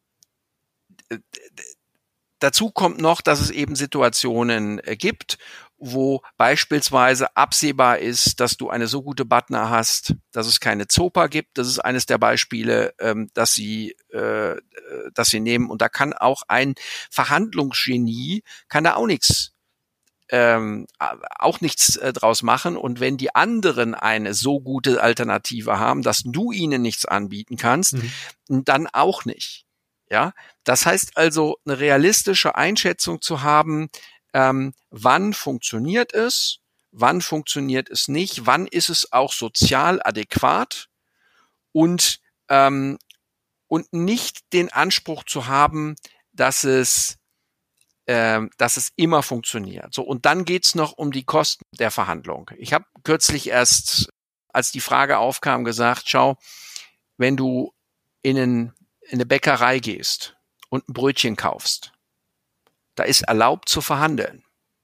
dazu kommt noch, dass es eben Situationen äh, gibt, wo beispielsweise absehbar ist, dass du eine so gute Partner hast, dass es keine Zopa gibt. Das ist eines der Beispiele, ähm, dass sie, äh, dass sie nehmen. Und da kann auch ein Verhandlungsgenie, kann da auch nichts, ähm, auch nichts äh, draus machen. Und wenn die anderen eine so gute Alternative haben, dass du ihnen nichts anbieten kannst, mhm. dann auch nicht. Ja, das heißt also, eine realistische Einschätzung zu haben, ähm, wann funktioniert es, wann funktioniert es nicht, wann ist es auch sozial adäquat und ähm, und nicht den Anspruch zu haben, dass es ähm, dass es immer funktioniert. So, und dann geht's noch um die Kosten der Verhandlung. Ich habe kürzlich erst, als die Frage aufkam, gesagt, schau, wenn du in, einen, in eine Bäckerei gehst und ein Brötchen kaufst, da ist erlaubt zu verhandeln.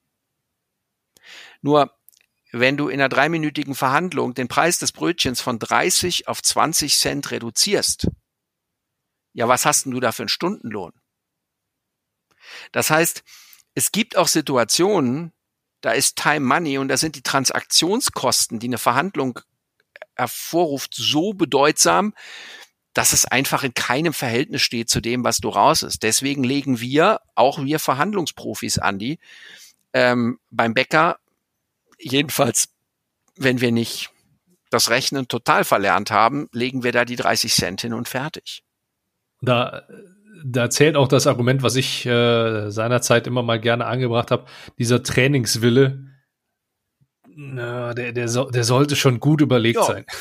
Nur, wenn du in einer dreiminütigen Verhandlung den Preis des Brötchens von dreißig auf zwanzig Cent reduzierst, ja, was hast denn du da für einen Stundenlohn? Das heißt, es gibt auch Situationen, da ist Time Money und da sind die Transaktionskosten, die eine Verhandlung hervorruft, so bedeutsam, dass es einfach in keinem Verhältnis steht zu dem, was du raus ist. Deswegen legen wir, auch wir Verhandlungsprofis, Andi, ähm, beim Bäcker, jedenfalls, wenn wir nicht das Rechnen total verlernt haben, legen wir da die dreißig Cent hin und fertig. Da, da zählt auch das Argument, was ich äh, seinerzeit immer mal gerne angebracht habe, dieser Trainingswille, na, der, der, so, der sollte schon gut überlegt Ja. sein.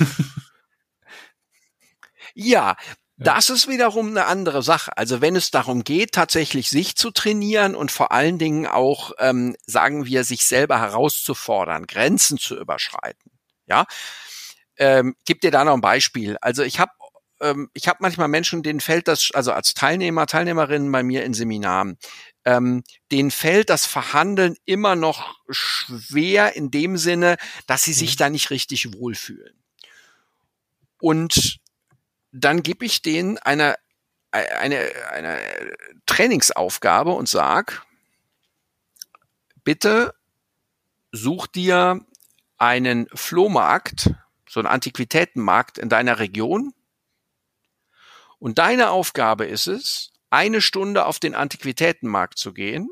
Ja, das ist wiederum eine andere Sache. Also wenn es darum geht, tatsächlich sich zu trainieren und vor allen Dingen auch, ähm, sagen wir, sich selber herauszufordern, Grenzen zu überschreiten, ja, ähm, gib dir da noch ein Beispiel. Also ich habe ähm, ich habe manchmal Menschen, denen fällt das, also als Teilnehmer, Teilnehmerinnen bei mir in Seminaren, ähm, denen fällt das Verhandeln immer noch schwer in dem Sinne, dass sie sich da nicht richtig wohlfühlen. Und dann gebe ich denen eine, eine, eine Trainingsaufgabe und sag, bitte such dir einen Flohmarkt, so einen Antiquitätenmarkt in deiner Region. Und deine Aufgabe ist es, eine Stunde auf den Antiquitätenmarkt zu gehen,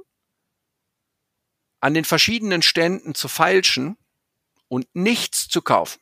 an den verschiedenen Ständen zu feilschen und nichts zu kaufen.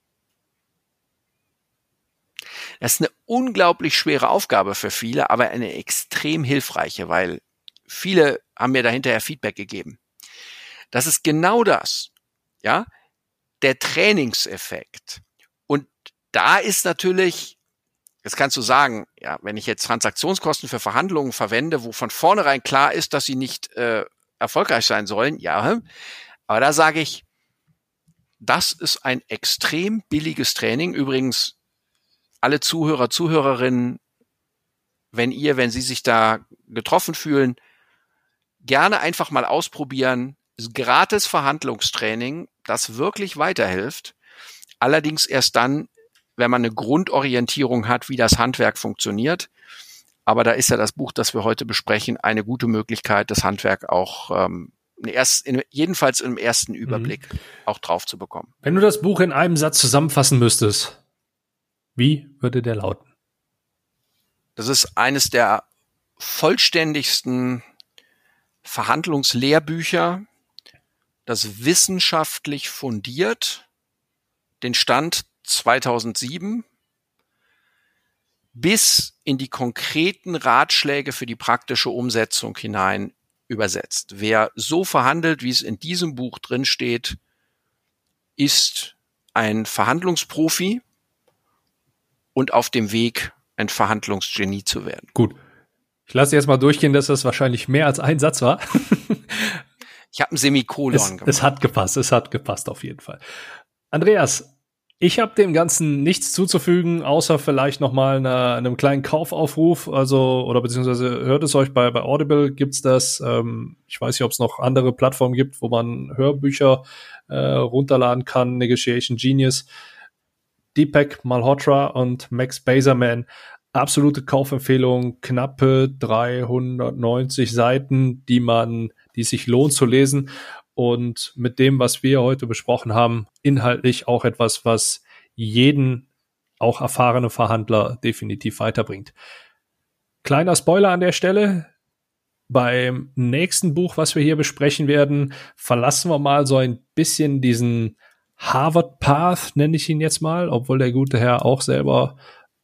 Das ist eine unglaublich schwere Aufgabe für viele, aber eine extrem hilfreiche, weil viele haben mir da hinterher Feedback gegeben. Das ist genau das, ja, der Trainingseffekt. Und da ist natürlich, jetzt kannst du sagen, ja, wenn ich jetzt Transaktionskosten für Verhandlungen verwende, wo von vornherein klar ist, dass sie nicht äh, erfolgreich sein sollen, ja, aber da sage ich, das ist ein extrem billiges Training. Übrigens, alle Zuhörer, Zuhörerinnen, wenn ihr, wenn Sie sich da getroffen fühlen, gerne einfach mal ausprobieren. Ist gratis Verhandlungstraining, das wirklich weiterhilft. Allerdings erst dann, wenn man eine Grundorientierung hat, wie das Handwerk funktioniert. Aber da ist ja das Buch, das wir heute besprechen, eine gute Möglichkeit, das Handwerk auch ähm, erst, in, jedenfalls im ersten Überblick mhm. auch drauf zu bekommen. Wenn du das Buch in einem Satz zusammenfassen müsstest, wie würde der lauten? Das ist eines der vollständigsten Verhandlungslehrbücher, das wissenschaftlich fundiert den Stand zweitausendsieben bis in die konkreten Ratschläge für die praktische Umsetzung hinein übersetzt. Wer so verhandelt, wie es in diesem Buch drin steht, ist ein Verhandlungsprofi und auf dem Weg, ein Verhandlungsgenie zu werden. Gut. Ich lasse jetzt mal durchgehen, dass das wahrscheinlich mehr als ein Satz war. Ich habe ein Semikolon es, gemacht. Es hat gepasst, es hat gepasst auf jeden Fall. Andreas, ich habe dem Ganzen nichts zuzufügen, außer vielleicht nochmal eine, einem kleinen Kaufaufruf, also oder beziehungsweise hört es euch bei, bei Audible, gibt's das. Ähm, ich weiß nicht, ob es noch andere Plattformen gibt, wo man Hörbücher äh, runterladen kann, Negotiation Genius. Deepak Malhotra und Max Bazerman, absolute Kaufempfehlung, knappe dreihundertneunzig Seiten, die man, die sich lohnt zu lesen und mit dem, was wir heute besprochen haben, inhaltlich auch etwas, was jeden, auch erfahrene Verhandler definitiv weiterbringt. Kleiner Spoiler an der Stelle, beim nächsten Buch, was wir hier besprechen werden, verlassen wir mal so ein bisschen diesen Harvard Path, nenne ich ihn jetzt mal, obwohl der gute Herr auch selber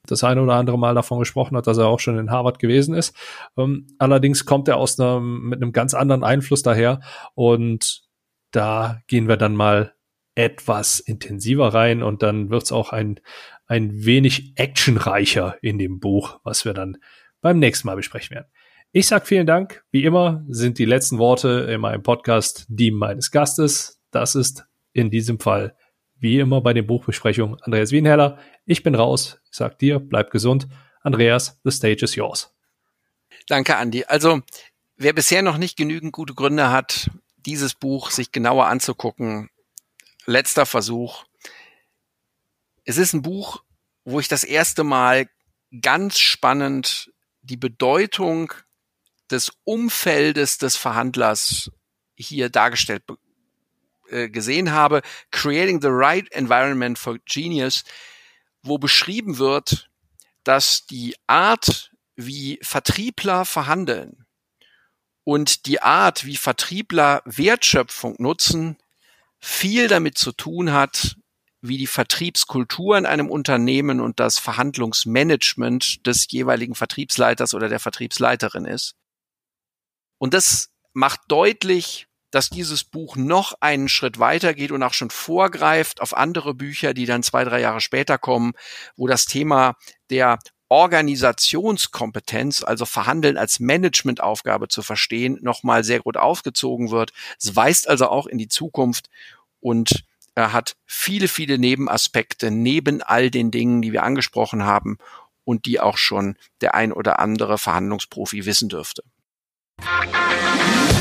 das eine oder andere Mal davon gesprochen hat, dass er auch schon in Harvard gewesen ist. Ähm, allerdings kommt er aus einem, mit einem ganz anderen Einfluss daher und da gehen wir dann mal etwas intensiver rein und dann wird's auch ein, ein wenig actionreicher in dem Buch, was wir dann beim nächsten Mal besprechen werden. Ich sag vielen Dank. Wie immer sind die letzten Worte in meinem Podcast die meines Gastes. Das ist in diesem Fall wie immer bei den Buchbesprechungen Andreas Wienheller. Ich bin raus. Ich sag dir, bleib gesund. Andreas, the stage is yours. Danke, Andi. Also, wer bisher noch nicht genügend gute Gründe hat, dieses Buch sich genauer anzugucken, letzter Versuch. Es ist ein Buch, wo ich das erste Mal ganz spannend die Bedeutung des Umfeldes des Verhandlers hier dargestellt äh, gesehen habe. Creating the right environment for genius, wo beschrieben wird, dass die Art, wie Vertriebler verhandeln und die Art, wie Vertriebler Wertschöpfung nutzen, viel damit zu tun hat, wie die Vertriebskultur in einem Unternehmen und das Verhandlungsmanagement des jeweiligen Vertriebsleiters oder der Vertriebsleiterin ist. Und das macht deutlich, dass dieses Buch noch einen Schritt weiter geht und auch schon vorgreift auf andere Bücher, die dann zwei, drei Jahre später kommen, wo das Thema der Organisationskompetenz, also Verhandeln als Managementaufgabe zu verstehen, nochmal sehr gut aufgezogen wird. Es weist also auch in die Zukunft und er hat viele, viele Nebenaspekte neben all den Dingen, die wir angesprochen haben und die auch schon der ein oder andere Verhandlungsprofi wissen dürfte.